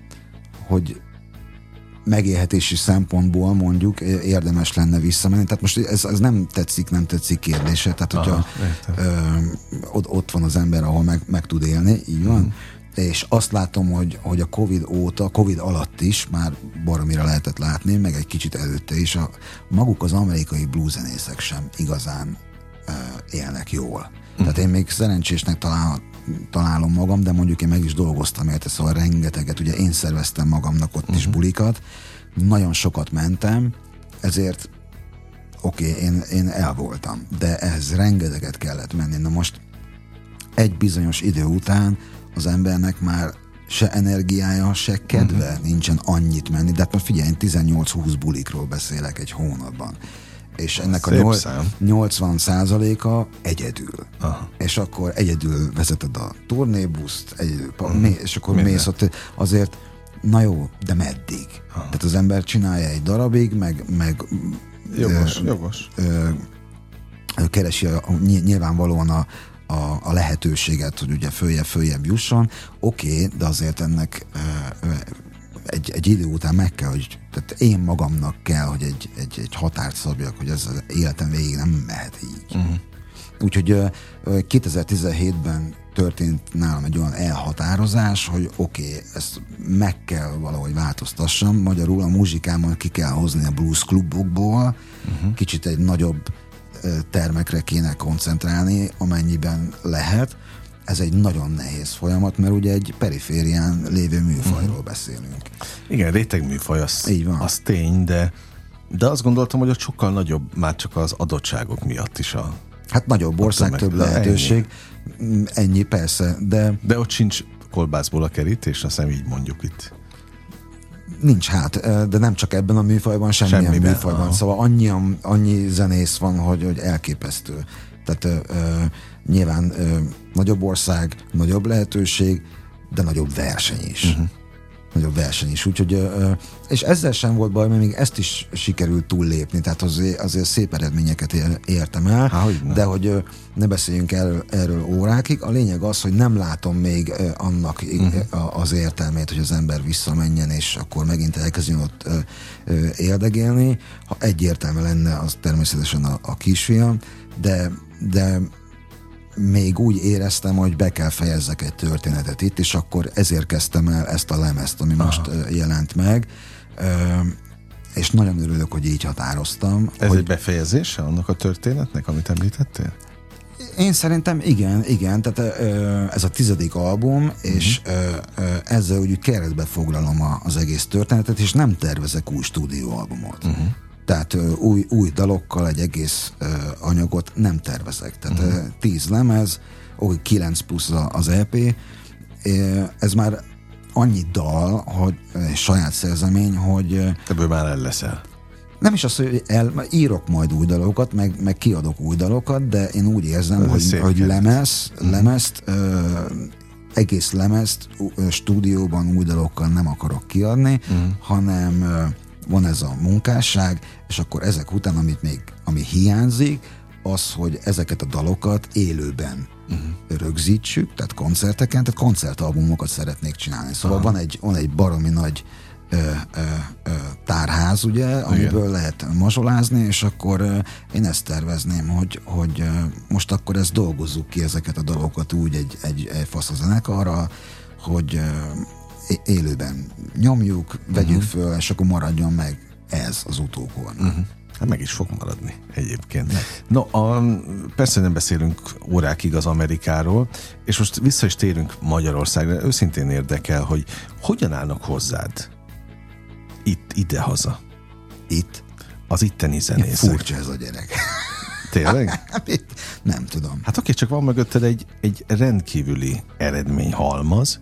hogy megélhetési szempontból mondjuk érdemes lenne visszamenni. Tehát most ez, ez nem tetszik, nem tetszik kérdése. Tehát, hogyha ö, ott, ott van az ember, ahol meg, meg tud élni, így van. Mm. És azt látom, hogy, hogy a Covid óta, Covid alatt is már baromira lehetett látni, meg egy kicsit előtte is, a, maguk az amerikai blueszenészek sem igazán ö, élnek jól. Mm. Tehát én még szerencsésnek talál, találom magam, de mondjuk én meg is dolgoztam érte, szóval rengeteget, ugye én szerveztem magamnak ott uh-huh. is bulikat, nagyon sokat mentem, ezért oké, okay, én, én el voltam, de ehhez rengeteget kellett menni. Na most egy bizonyos idő után az embernek már se energiája, se kedve uh-huh. nincsen annyit menni, de hát figyelj, én tizennyolc-húsz bulikról beszélek egy hónapban. És ennek a nyolcvan százaléka egyedül. Aha. És akkor egyedül vezeted a turnébuszt, egyedül, hmm. mé, és akkor Minden. mész ott. Azért, na jó, de meddig? Aha. Tehát az ember csinálja egy darabig, meg, meg jogos, ö, jogos. Ö, keresi a, nyilvánvalóan a, a, a lehetőséget, hogy ugye följebb-följebb jusson. Oké, okay, de azért ennek ö, ö, Egy, egy idő után meg kell, hogy tehát én magamnak kell, hogy egy, egy, egy határt szabjak, hogy ez az életem végig nem mehet így. Uh-huh. Úgyhogy kétezer-tizenhétben történt nálam egy olyan elhatározás, hogy oké, okay, ezt meg kell valahogy változtassam, magyarul a muzsikámon ki kell hozni a blues klubokból, uh-huh. kicsit egy nagyobb termekre kéne koncentrálni, amennyiben lehet. Ez egy nagyon nehéz folyamat, mert ugye egy periférián lévő műfajról uh-huh. beszélünk. Igen, réteg műfaj, az, az tény, de, de azt gondoltam, hogy ott sokkal nagyobb, már csak az adottságok miatt is a... Hát nagyobb ország, több lehetőség, ennyi. ennyi persze, de... De ott sincs kolbászból a kerítés, azt hiszem így mondjuk itt. Nincs hát, de nem csak ebben a műfajban, semmilyen Semmiben, műfajban. Aha. Szóval annyi, annyi zenész van, hogy, hogy elképesztő. Tehát ö, nyilván ö, nagyobb ország, nagyobb lehetőség, de nagyobb verseny is. Uh-huh. Nagyobb verseny is. Úgyhogy, ö, és ezzel sem volt baj, mert még ezt is sikerült túllépni, tehát azért, azért szép eredményeket értem el, Há, hogy de hogy ö, ne beszéljünk erről, erről órákig. A lényeg az, hogy nem látom még ö, annak uh-huh. az értelmét, hogy az ember visszamenjen, és akkor megint elkezdjön ott ö, ö, érdegélni. Ha egyértelmű lenne, az természetesen a, a kisfiam, de de még úgy éreztem, hogy be kell fejezzek egy történetet itt, és akkor ezért kezdtem el ezt a lemezt, ami Aha. most uh, jelent meg, uh, és nagyon örülök, hogy így határoztam. Ez hogy... egy befejezése annak a történetnek, amit említettél? Én szerintem igen, igen, tehát uh, ez a tizedik album, uh-huh. és uh, uh, ezzel úgy keretbe foglalom a, az egész történetet, és nem tervezek új stúdióalbumot. Uh-huh. Tehát uh, új, új dalokkal egy egész uh, anyagot nem tervezek. Tehát uh-huh. uh, tíz lemez, úgy kilenc plusz az é pé. Uh, ez már annyi dal, hogy uh, saját szerzemény, hogy... Uh, Ebből már el leszel. Nem is az, hogy el, írok majd új dalokat, meg, meg kiadok új dalokat, de én úgy érzem, ez hogy, hogy lemez, uh-huh. lemezt, uh, egész lemezt uh, stúdióban új dalokkal nem akarok kiadni, uh-huh. hanem... Uh, van ez a munkásság, és akkor ezek után, amit még, ami hiányzik, az, hogy ezeket a dalokat élőben uh-huh. rögzítsük, tehát koncerteken, tehát koncertalbumokat szeretnék csinálni. Szóval van egy, van egy baromi nagy ö, ö, ö, tárház, ugye, amiből Igen. lehet mazsolázni, és akkor ö, én ezt tervezném, hogy, hogy ö, most akkor ezt dolgozzuk ki, ezeket a dalokat úgy egy, egy, egy fasz a zenekarra, hogy ö, élőben nyomjuk, vegyük uh-huh. föl, és akkor maradjon meg ez az utókornak. Uh-huh. Hát meg is fog maradni egyébként. Ne. No, a, persze nem beszélünk órákig az Amerikáról, és most vissza is térünk Magyarországra. Őszintén érdekel, hogy hogyan állnak hozzád itt, ide-haza? Itt? Az itteni zenészek. Furcsa ez a gyerek. Tényleg? Nem tudom. Hát oké, csak van mögötted egy, egy rendkívüli eredményhalmaz.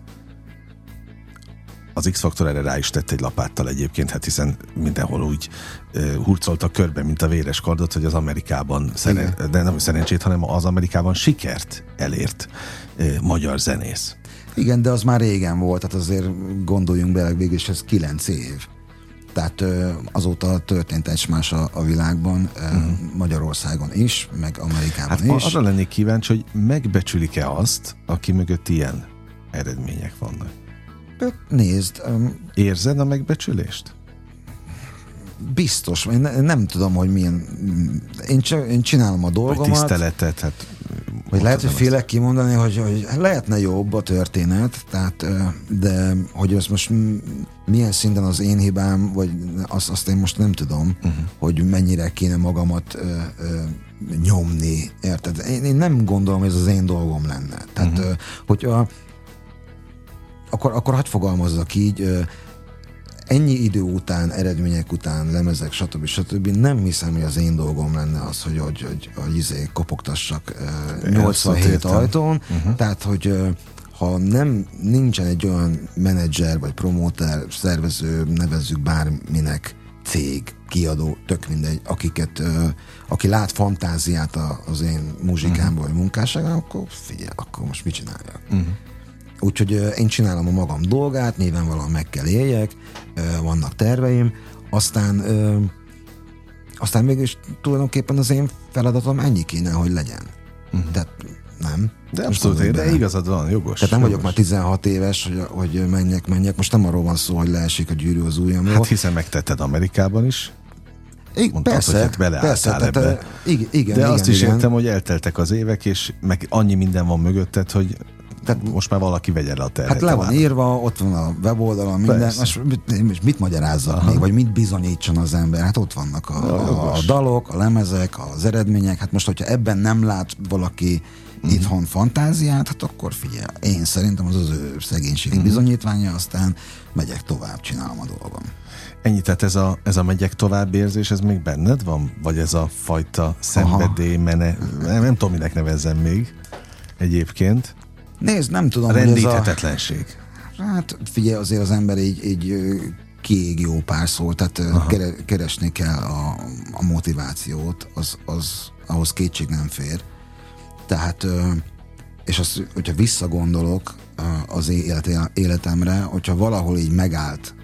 Az X-Faktor erre rá is tett egy lapáttal egyébként, hát hiszen mindenhol úgy uh, hurcoltak körbe, mint a véres kardot, hogy az Amerikában, szeren- de nem szerencsét, hanem az Amerikában sikert elért uh, magyar zenész. Igen, de az már régen volt, tehát azért gondoljunk bele, végül is ez kilenc év. Tehát azóta történt egymás a, a világban, uh-huh. Magyarországon is, meg Amerikában hát is. Arra lennék kíváncsi, hogy megbecsülik-e azt, aki mögött ilyen eredmények vannak? Nézd. Um, Érzed a megbecsülést? Biztos, én ne, nem tudom, hogy milyen. Én, csak, én csinálom a dolgomat. Vagy tiszteletet, hát. Vagy lehet, hogy félek kimondani, hogy, hogy lehetne jobb a történet, tehát, de hogy ez most milyen szinten az én hibám, vagy azt, azt én most nem tudom, uh-huh. hogy mennyire kéne magamat ö, ö, nyomni, érted? Én, én nem gondolom, hogy ez az én dolgom lenne. Tehát, uh-huh. hogyha akkor, akkor hadd fogalmazzak így, ennyi idő után, eredmények után, lemezek, stb. stb. Nem hiszem, hogy az én dolgom lenne az, hogy, hogy, hogy, hogy izé kopogtassak uh, nyolcvanhét ajtón. Uh-huh. Tehát, hogy uh, ha nem nincsen egy olyan menedzser, vagy promóter, szervező, nevezzük bárminek, cég, kiadó, tök mindegy, akiket, uh, aki lát fantáziát a, az én muzsikámból, uh-huh. vagy munkásságban, akkor figyelj, akkor most mit csináljak? Uh-huh. Úgyhogy én csinálom a magam dolgát, nyilvánvalóan meg kell éljek, vannak terveim, aztán aztán mégis tulajdonképpen az én feladatom ennyi kéne, hogy legyen. Uh-huh. Tehát nem. De abszolút, de igazad van, jogos. Tehát nem jogos. vagyok már tizenhat éves, hogy, hogy menjek, menjek. Most nem arról van szó, hogy leesik a gyűrű az ujjamról. Hát hiszen megtetted Amerikában is. I- Mondtad, persze, hogy hát beleálltál persze, ebbe. Tehát, igen, igen, de igen, azt is igen. értem, hogy elteltek az évek, és meg annyi minden van mögötted, hogy tehát most már valaki vegye le a terhet. Hát le van írva, ott van a weboldalon, minden. Most mit, mit magyarázzak Aha. még, vagy mit bizonyítson az ember? Hát ott vannak a, a, a dalok, a lemezek, az eredmények. Hát most, hogyha ebben nem lát valaki mm. itthon fantáziát, hát akkor figyelj, én szerintem az az ő szegénységi mm. bizonyítványa, aztán megyek tovább, csinálom a dolgom. Ennyi, tehát ez a, ez a megyek tovább érzés, ez még benned van? Vagy ez a fajta szenvedély, mene, nem, nem tudom, minek nevezzem még egyébként. Nézd, nem tudom, rendíthetetlenség. A, hát figyelj, azért az ember így, így kiég jó pár szó, tehát Aha. keresni kell a, a motivációt, az, az, ahhoz kétség nem fér. Tehát, és azt, hogyha visszagondolok az életemre, hogyha valahol így megállt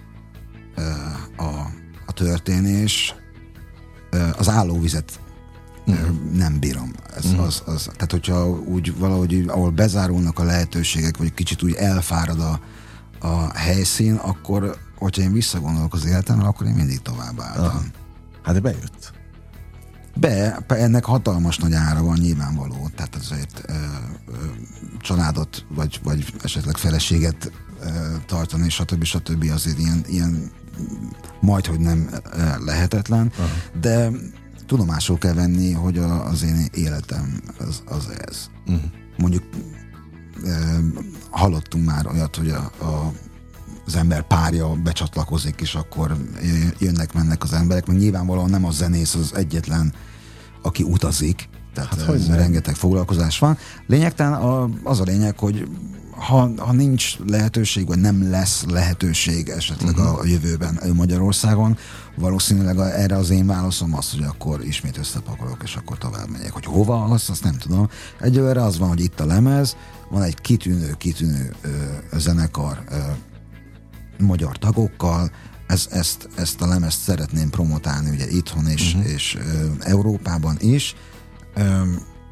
a, a történés, az állóvizet Uh-huh. nem bírom. Ez, uh-huh. az, az, tehát, hogyha úgy valahogy, ahol bezárulnak a lehetőségek, vagy kicsit úgy elfárad a, a helyszín, akkor, hogyha én visszagondolok az életemre, akkor én mindig tovább álltam. Uh-huh. Hát de bejött. Be, ennek hatalmas nagy ára van nyilvánvaló. Tehát azért ö, ö, családot, vagy, vagy esetleg feleséget ö, tartani, stb. stb. Azért ilyen, ilyen majdhogy nem lehetetlen, uh-huh. de tudomásul kell venni, hogy a, az én életem az, az ez. Uh-huh. Mondjuk e, hallottunk már olyat, hogy a, a, az ember párja becsatlakozik, és akkor jönnek-mennek az emberek, mert nyilvánvalóan nem a zenész az egyetlen, aki utazik, tehát hát, rengeteg foglalkozás van. Lényegtelen a, az a lényeg, hogy ha, ha nincs lehetőség, vagy nem lesz lehetőség esetleg uh-huh. a jövőben Magyarországon, valószínűleg erre az én válaszom az, hogy akkor ismét összepakolok, és akkor tovább megyek. Hogy hova, azt, azt nem tudom. Egyelőre az van, hogy itt a lemez, van egy kitűnő, kitűnő ö, zenekar ö, magyar tagokkal, ez, ezt, ezt a lemezt szeretném promotálni ugye itthon és, uh-huh. és ö, Európában is, ö,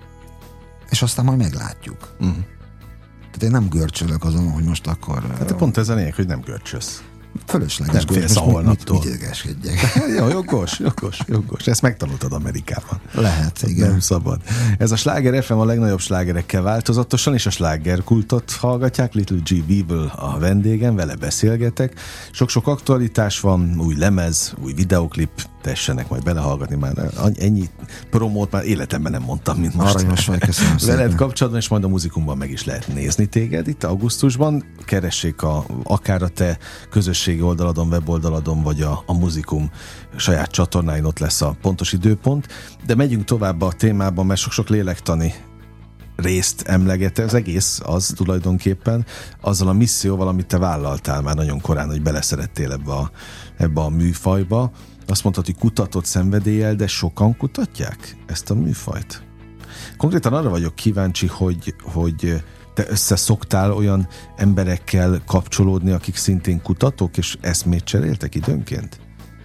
és aztán majd meglátjuk. Uh-huh. Tehát én nem görcsölök azon, hogy most akkor... Hát pont ez a lényeg, hogy nem görcsölsz. Fölösleges. Nem félsz a holnaptól. Mit, mit idegeskedjek? Jó, jogos, jogos, jogos. Ezt megtanultad Amerikában. Lehet, igen. Nem szabad. Ez a Sláger ef em a legnagyobb slágerekkel változatosan, és a slágerkultot hallgatják. Little G B-ből a vendégem, vele beszélgetek. Sok-sok aktualitás van, új lemez, új videoklip, tessenek majd belehallgatni, már ennyi promót már életemben nem mondtam, mint most. Aranyos vagy, köszönöm szépen. Veled kapcsolatban, és majd a Muzikumban meg is lehet nézni téged itt augusztusban. Keressék a, akár a te közösségi oldaladon, weboldaladon, vagy a, a Muzikum saját csatornáin, ott lesz a pontos időpont. De megyünk tovább a témában, mert sok-sok lélektani részt emlegette, az egész az tulajdonképpen azzal a misszióval, amit te vállaltál már nagyon korán, hogy beleszerettél ebbe a, ebbe a műfajba. Azt mondtad, hogy kutatott szenvedéllyel, de sokan kutatják ezt a műfajt? Konkrétan arra vagyok kíváncsi, hogy, hogy te összeszoktál olyan emberekkel kapcsolódni, akik szintén kutatók, és eszmét cseréltek időnként?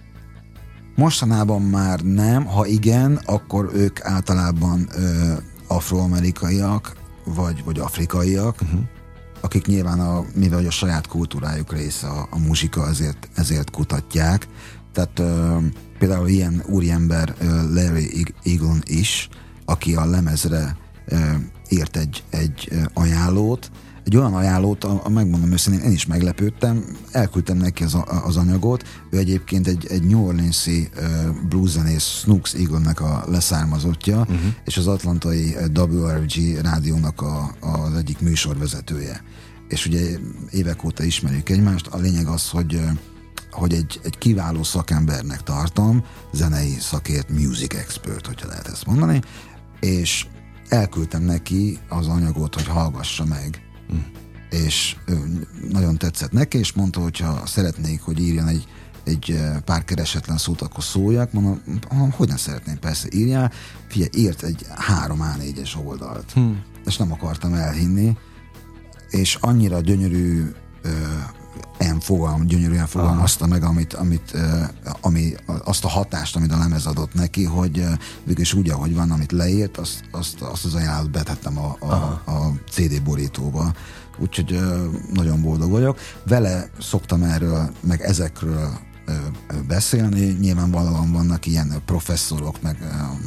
Mostanában már nem, ha igen, akkor ők általában ö, afroamerikaiak, vagy, vagy afrikaiak, uh-huh. akik nyilván, a, mivel a saját kultúrájuk része a, a muzsika, ezért, ezért kutatják. Tehát ö, például ilyen úriember ö, Larry Eaglon is, aki a lemezre ö, írt egy, egy ö, ajánlót, egy olyan ajánlót, a, a megmondom őszintén, én is meglepődtem, elküldtem neki az, az anyagot, ő egyébként egy, egy New Orleans-i uh, blueszenész Snooks Eagle-nek a leszármazottja, uh-huh. és az atlantai W R G rádiónak a, az egyik műsorvezetője. És ugye évek óta ismerjük egymást, a lényeg az, hogy, hogy egy, egy kiváló szakembernek tartom, zenei szakért, music expert, hogyha lehet ezt mondani, és elküldtem neki az anyagot, hogy hallgassa meg. Mm. És nagyon tetszett neki, és mondta, hogyha szeretnék, hogy írjon egy, egy pár keresetlen szót, akkor szóljak. Mondom, hogy nem szeretném, persze írjál. Figyelj, írt egy három á négyes oldalt. Mm. És nem akartam elhinni. És annyira gyönyörű en fogalm, gyönyörűen fogalmazta meg, amit, amit, ami, azt a hatást, amit a lemez adott neki, hogy végülis úgy, ahogy van, amit leírt, azt, azt, azt az ajánlatot betettem a, a, a cé dé borítóba. Úgyhogy nagyon boldog vagyok. Vele szoktam erről, meg ezekről beszélni. Nyilvánvalóan vannak ilyen professzorok, meg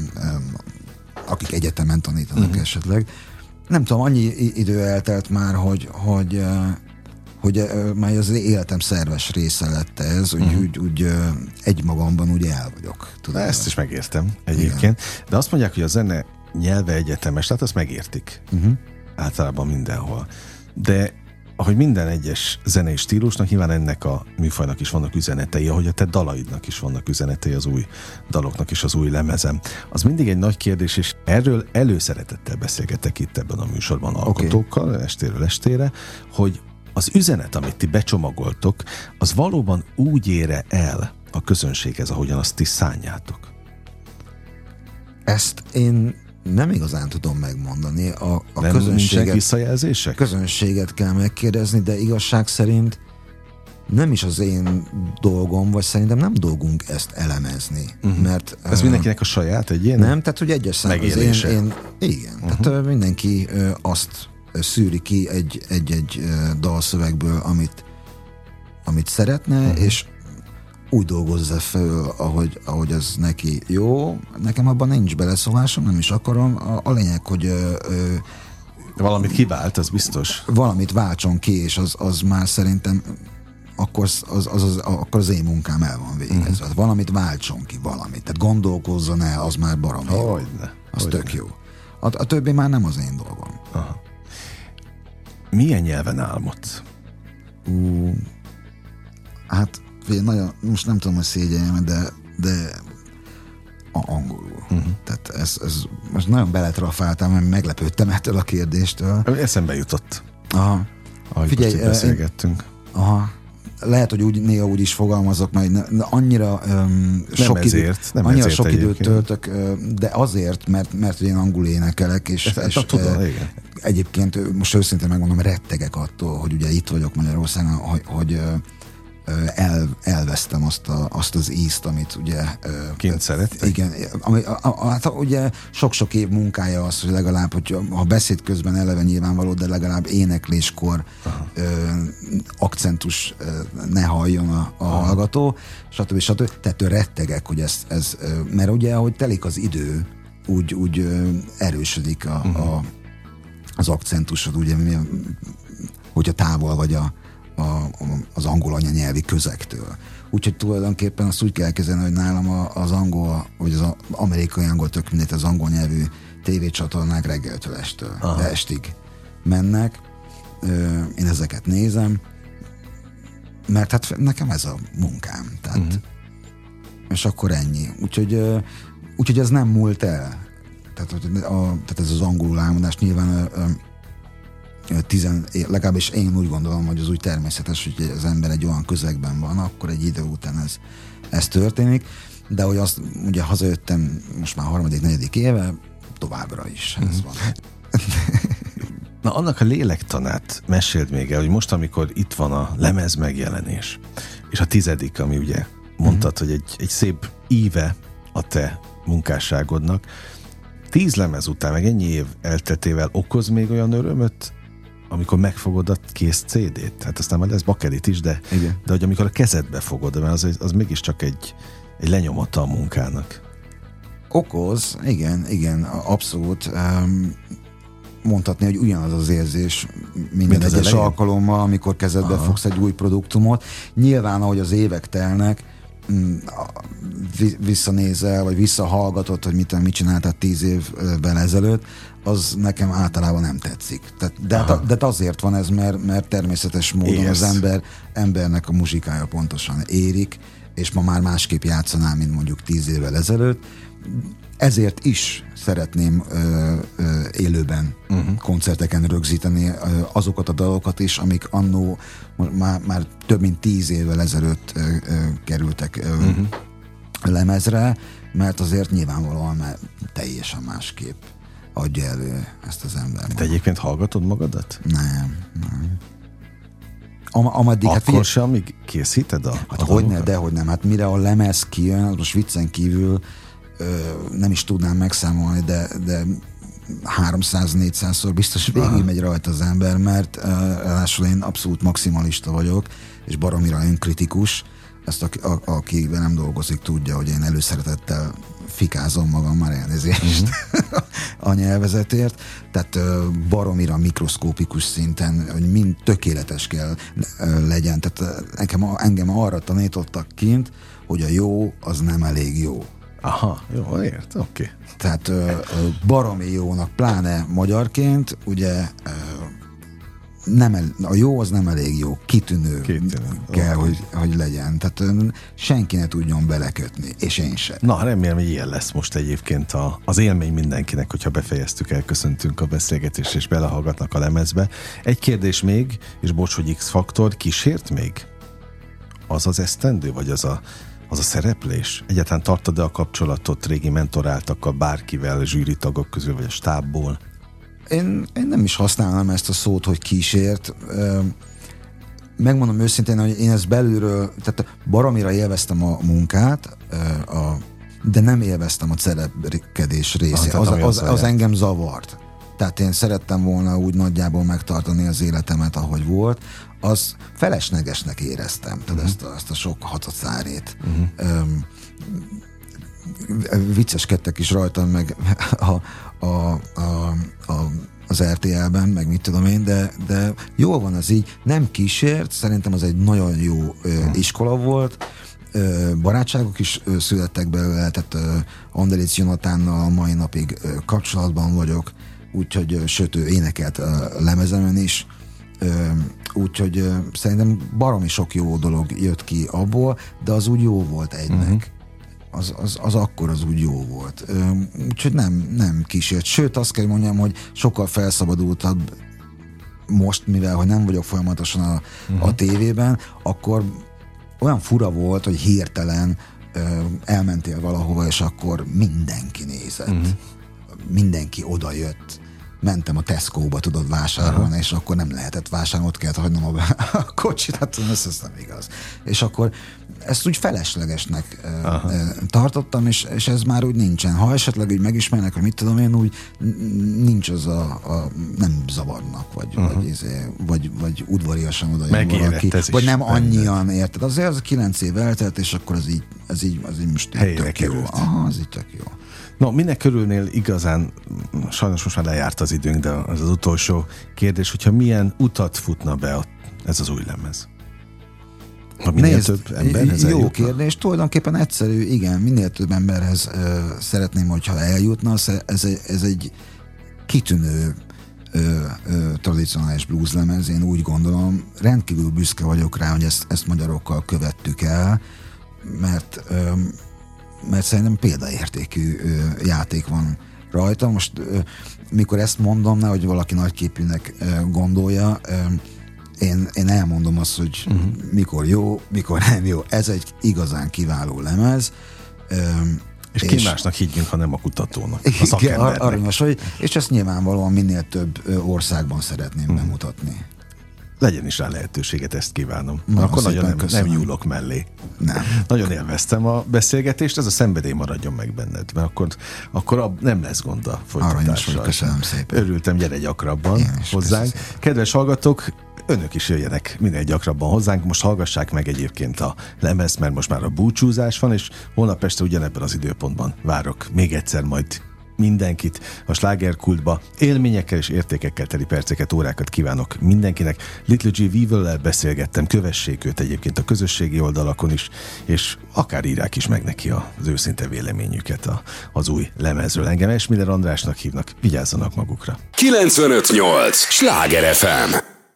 akik egyetemen tanítanak uh-huh. esetleg. Nem tudom, annyi idő eltelt már, hogy, hogy hogy uh, már az életem szerves része lett ez, úgy, uh-huh. úgy, úgy uh, egymagamban úgy el vagyok. Tudod, ezt is megértem egyébként. Igen. De azt mondják, hogy a zene nyelve egyetemes, tehát azt megértik. Uh-huh. Általában mindenhol. De ahogy minden egyes zenei stílusnak, nyilván ennek a műfajnak is vannak üzenetei, ahogy a te dalaidnak is vannak üzenetei, az új daloknak is, az új lemezem. Az mindig egy nagy kérdés, és erről előszeretettel beszélgetek itt ebben a műsorban alkotókkal, okay. estéről estére, hogy az üzenet, amit ti becsomagoltok, az valóban úgy ére el a közönséghez, ahogyan azt ti szánjátok? Ezt én nem igazán tudom megmondani. A, a nem közönséget, visszajelzések? közönséget kell megkérdezni, de igazság szerint nem is az én dolgom, vagy szerintem nem dolgunk ezt elemezni. Uh-huh. Mert, ez uh, mindenkinek a saját egyén? Nem, tehát hogy egyes szám az én, én, igen, uh-huh. tehát uh, mindenki uh, azt szűri ki egy, egy-egy dalszövegből, amit, amit szeretne, uh-huh. és úgy dolgozza fel, ahogy, ahogy ez neki jó. Nekem abban nincs beleszólásom, nem is akarom. A, a lényeg, hogy ö, ö, valamit kivált, az biztos. Valamit váltson ki, és az, az már szerintem akkor az, az, az, az, akkor az én munkám el van végezve. Uh-huh. Valamit váltson ki, valamit. Tehát gondolkozzon el, az már baromi jó. Hogyne. Az Hogyne. tök jó. A, a többi már nem az én dolgom. Aha. Milyen nyelven álmodsz? Uh, hát nagyon, most nem tudom, hogy szégyeljem, de, de a angolul. Uh-huh. Tehát ez, ez most nagyon beletrafáltam, mert meglepődtem ettől a kérdéstől. Eszembe jutott. Aha. Ahogy Figyelj, most itt beszélgettünk. Aha. Lehet, hogy úgy, néha úgy is fogalmazok, mert annyira um, sok, ezért, idő, nem annyira ezért sok időt egyébként. töltök, de azért, mert, mert én angol énekelek, és, Ezt, és ezt tudom, e, egyébként most őszintén megmondom, rettegek attól, hogy ugye itt vagyok Magyarországon, hogy, hogy El, elvesztem azt, a, azt az ízt, amit ugye... Kint szerettek? Igen. Ami, a, a, hát ugye sok-sok év munkája az, hogy legalább, hogy ha beszéd közben eleve nyilvánvaló, de legalább énekléskor ö, akcentus ö, ne halljon a, a hallgató, stb. stb. Tehát rettegek, hogy ez, ez mert ugye, ahogy telik az idő, úgy, úgy ö, erősödik a, uh-huh. a, az akcentusod, ugye, hogyha távol vagy a A, az angol anyanyelvi közegtől. Úgyhogy tulajdonképpen azt úgy kell kezdeni, hogy nálam az angol, vagy az amerikai angol, tök mindegy, az angol nyelvű tévécsatornák reggeltől estől, estig mennek. Én ezeket nézem, mert hát nekem ez a munkám. Tehát, uh-huh. és akkor ennyi. Úgyhogy, úgyhogy ez nem múlt el. Tehát, a, tehát ez az angolul álmodás nyilván Tizen, legalábbis én úgy gondolom, hogy az úgy természetes, hogy az ember egy olyan közegben van, akkor egy idő után ez, ez történik, de hogy azt ugye hazajöttem most már harmadik, negyedik éve, továbbra is ez van. Na, annak a lélektanát meséld még el, hogy most, amikor itt van a lemez megjelenés, és a tizedik, ami ugye mondtad, uh-huh. hogy egy, egy szép íve a te munkásságodnak. Tíz lemez után, meg ennyi év elteltével okoz még olyan örömöt, amikor megfogod a kész cé dét? Hát aztán már lesz bakelit is, de, de hogy amikor a kezedbe fogod, mert az, az mégiscsak egy, egy lenyomata a munkának. Okoz, igen, igen, abszolút. Um, mondhatni, hogy ugyanaz az érzés minden egyes elején? Alkalommal, amikor kezedbe Aha. fogsz egy új produktumot. Nyilván, ahogy az évek telnek, visszanézel, vagy visszahallgatod, hogy mit, mit csináltad tíz évvel ezelőtt, az nekem általában nem tetszik. Tehát, de, de azért van ez, mert, mert természetes módon yes. az ember, embernek a muzsikája pontosan érik, és ma már másképp játszanál, mint mondjuk tíz évvel ezelőtt. Ezért is szeretném ö, ö, élőben uh-huh. koncerteken rögzíteni ö, azokat a dalokat is, amik annó már, már több mint tíz évvel ezelőtt ö, ö, kerültek ö, uh-huh. lemezre, mert azért nyilvánvalóan már teljesen másképp adja elő ezt az ember. Te egyébként hallgatod magadat? Nem, nem. Am- ameddig, Akkor hát, sem, amíg készíted a Hát hogyne, dehogy nem. Hát mire a lemez kijön, az most viccen kívül ö, nem is tudnám megszámolni, de, de háromszáz-négyszázszor biztos végig megy rajta az ember, mert uh, ráadásul én abszolút maximalista vagyok, és baromira önkritikus. Ezt a, a, aki velem dolgozik, tudja, hogy én előszeretettel fikázom magam, már elnézést mm-hmm. a nyelvezetért. Tehát uh, baromira mikroszkópikus szinten, hogy mind tökéletes kell uh, legyen. Tehát uh, engem, engem arra tanítottak kint, hogy a jó az nem elég jó. Aha, jó, ért, oké. Okay. Tehát uh, baromi jónak, pláne magyarként, ugye uh, nem el, a jó az nem elég jó, kitűnő, kitűnő. kell, okay. hogy, hogy legyen. Tehát uh, senki ne tudjon belekötni, és én sem. Na, remélem, hogy ilyen lesz most egyébként a, az élmény mindenkinek, hogyha befejeztük, elköszöntünk a beszélgetést, és belehallgatnak a lemezbe. Egy kérdés még, és bocs, hogy X-faktor, kísért még? Az az esztendő, vagy az a az a szereplés? Egyáltalán tartod-e a kapcsolatot régi mentoráltakkal, bárkivel, zsűritagok közül, vagy a stábból? Én, én nem is használom ezt a szót, hogy kísért. Megmondom őszintén, hogy én ezt belülről, tehát baromira élveztem a munkát, a, de nem élveztem a szerepkedés részét. Az, az, az, az engem zavart. Tehát én szerettem volna úgy nagyjából megtartani az életemet, ahogy volt. Az feleslegesnek éreztem, tehát uh-huh. ezt, a, ezt a sok hatacárét. Uh-huh. Um, vicceskedtek is rajtam, meg a, a, a, a, az er té el-ben, meg mit tudom én, de, de jól van az így. Nem kísért, szerintem az egy nagyon jó uh, iskola volt. Uh, barátságok is uh, születtek belőle, tehát uh, Andelic Jonatánnal a mai napig uh, kapcsolatban vagyok, úgyhogy uh, sőt, ő énekelt uh, lemezemen is. Uh, úgyhogy uh, szerintem baromi sok jó dolog jött ki abból, de az úgy jó volt egynek. Uh-huh. Az, az, az akkor az úgy jó volt. Uh, úgyhogy nem, nem kísért. Sőt, azt kell mondjam, hogy sokkal felszabadultabb most, mivel hogy nem vagyok folyamatosan a, uh-huh. a tévében, akkor olyan fura volt, hogy hirtelen uh, elmentél valahova, és akkor mindenki nézett. Uh-huh. Mindenki oda jött. Mentem a Tesco-ba, tudod, vásárolni, Aha. és akkor nem lehetett vásárolni, ott kellett hagynom a, a kocsit, hát ez, ez nem igaz. És akkor ezt úgy feleslegesnek Aha. tartottam, és, és ez már úgy nincsen. Ha esetleg úgy megismernek, hogy mit tudom én, úgy nincs az a, a nem zavarnak, vagy, uh-huh. vagy, izé, vagy, vagy udvariasan oda jön valaki, vagy nem annyian, érted? Azért az kilenc év eltelt, és akkor az így, ez így, az így most így tök jó. Aha, az így tök jó. No, minek körülnél igazán, sajnos most már lejárt az időnk, de az az utolsó kérdés, hogyha milyen utat futna be a, ez az új lemez? Ha minél Nézd, több emberhez jó eljutna? Kérdés, tulajdonképpen egyszerű, igen, minél több emberhez ö, szeretném, hogyha eljutna, ez egy, ez egy kitűnő ö, ö, tradicionális blues lemez, én úgy gondolom, rendkívül büszke vagyok rá, hogy ezt, ezt magyarokkal követtük el, mert ö, mert szerintem példaértékű ö, játék van rajta. Most ö, mikor ezt mondom, nehogy valaki nagyképűnek ö, gondolja, ö, én, én elmondom azt, hogy uh-huh. mikor jó, mikor nem jó. Ez egy igazán kiváló lemez. Ö, és, és ki másnak higgyünk, ha nem a kutatónak, a szakembernek. Aranyos, hogy, és ezt nyilvánvalóan minél több országban szeretném uh-huh. bemutatni. legyen is rá lehetőséget, ezt kívánom. Na, akkor nagyon nem, nem nyúlok mellé. Nem. Nagyon élveztem a beszélgetést, ez a szenvedély maradjon meg benned, mert akkor, akkor ab, nem lesz gond a folytatással. Köszönöm szépen. Örültem, gyere gyakrabban hozzánk. Kedves hallgatók, önök is jöjjenek minél gyakrabban hozzánk, most hallgassák meg egyébként a lemezt, mert most már a búcsúzás van, és holnap este ugyanebben az időpontban várok még egyszer majd mindenkit a slágerkultba. Élményekkel és értékekkel teli perceket, órákat kívánok mindenkinek. Little G. Weevil-lel beszélgettem, kövessék őt egyébként a közösségi oldalakon is, és akár írják is meg neki az őszinte véleményüket a, az új lemezről. Engem Esmiller Andrásnak hívnak, vigyázzanak magukra. kilencvenöt nyolc Sláger ef em